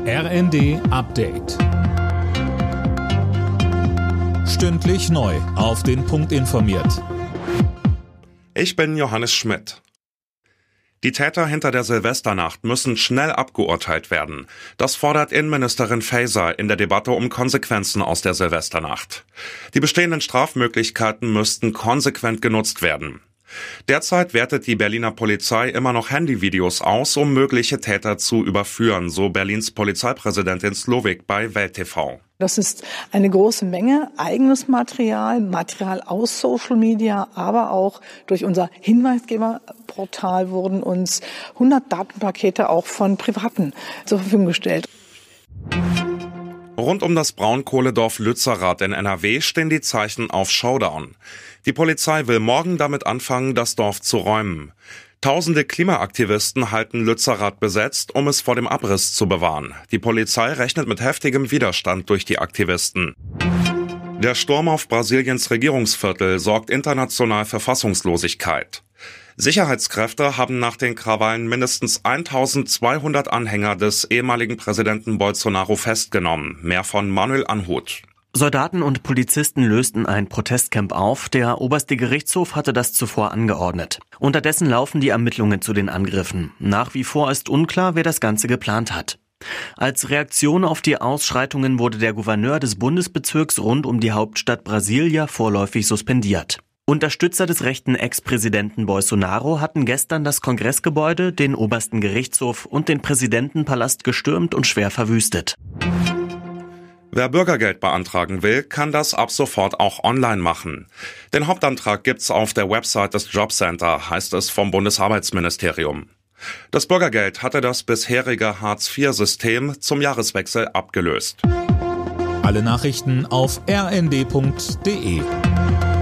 RND Update. Stündlich neu auf den Punkt informiert. Ich bin Johannes Schmidt. Die Täter hinter der Silvesternacht müssen schnell abgeurteilt werden. Das fordert Innenministerin Faeser in der Debatte um Konsequenzen aus der Silvesternacht. Die bestehenden Strafmöglichkeiten müssten konsequent genutzt werden. Derzeit wertet die Berliner Polizei immer noch Handyvideos aus, um mögliche Täter zu überführen, so Berlins Polizeipräsidentin Slowik bei Welt TV. Das ist eine große Menge eigenes Material aus Social Media, aber auch durch unser Hinweisgeberportal wurden uns 100 Datenpakete auch von Privaten zur Verfügung gestellt. Rund um das Braunkohledorf Lützerath in NRW stehen die Zeichen auf Showdown. Die Polizei will morgen damit anfangen, das Dorf zu räumen. Tausende Klimaaktivisten halten Lützerath besetzt, um es vor dem Abriss zu bewahren. Die Polizei rechnet mit heftigem Widerstand durch die Aktivisten. Der Sturm auf Brasiliens Regierungsviertel sorgt international für Fassungslosigkeit. Sicherheitskräfte haben nach den Krawallen mindestens 1200 Anhänger des ehemaligen Präsidenten Bolsonaro festgenommen. Mehr von Manuel Anhut. Soldaten und Polizisten lösten ein Protestcamp auf. Der oberste Gerichtshof hatte das zuvor angeordnet. Unterdessen laufen die Ermittlungen zu den Angriffen. Nach wie vor ist unklar, wer das Ganze geplant hat. Als Reaktion auf die Ausschreitungen wurde der Gouverneur des Bundesbezirks rund um die Hauptstadt Brasília vorläufig suspendiert. Unterstützer des rechten Ex-Präsidenten Bolsonaro hatten gestern das Kongressgebäude, den obersten Gerichtshof und den Präsidentenpalast gestürmt und schwer verwüstet. Wer Bürgergeld beantragen will, kann das ab sofort auch online machen. Den Hauptantrag gibt's auf der Website des Jobcenter, heißt es vom Bundesarbeitsministerium. Das Bürgergeld hatte das bisherige Hartz-IV-System zum Jahreswechsel abgelöst. Alle Nachrichten auf rnd.de.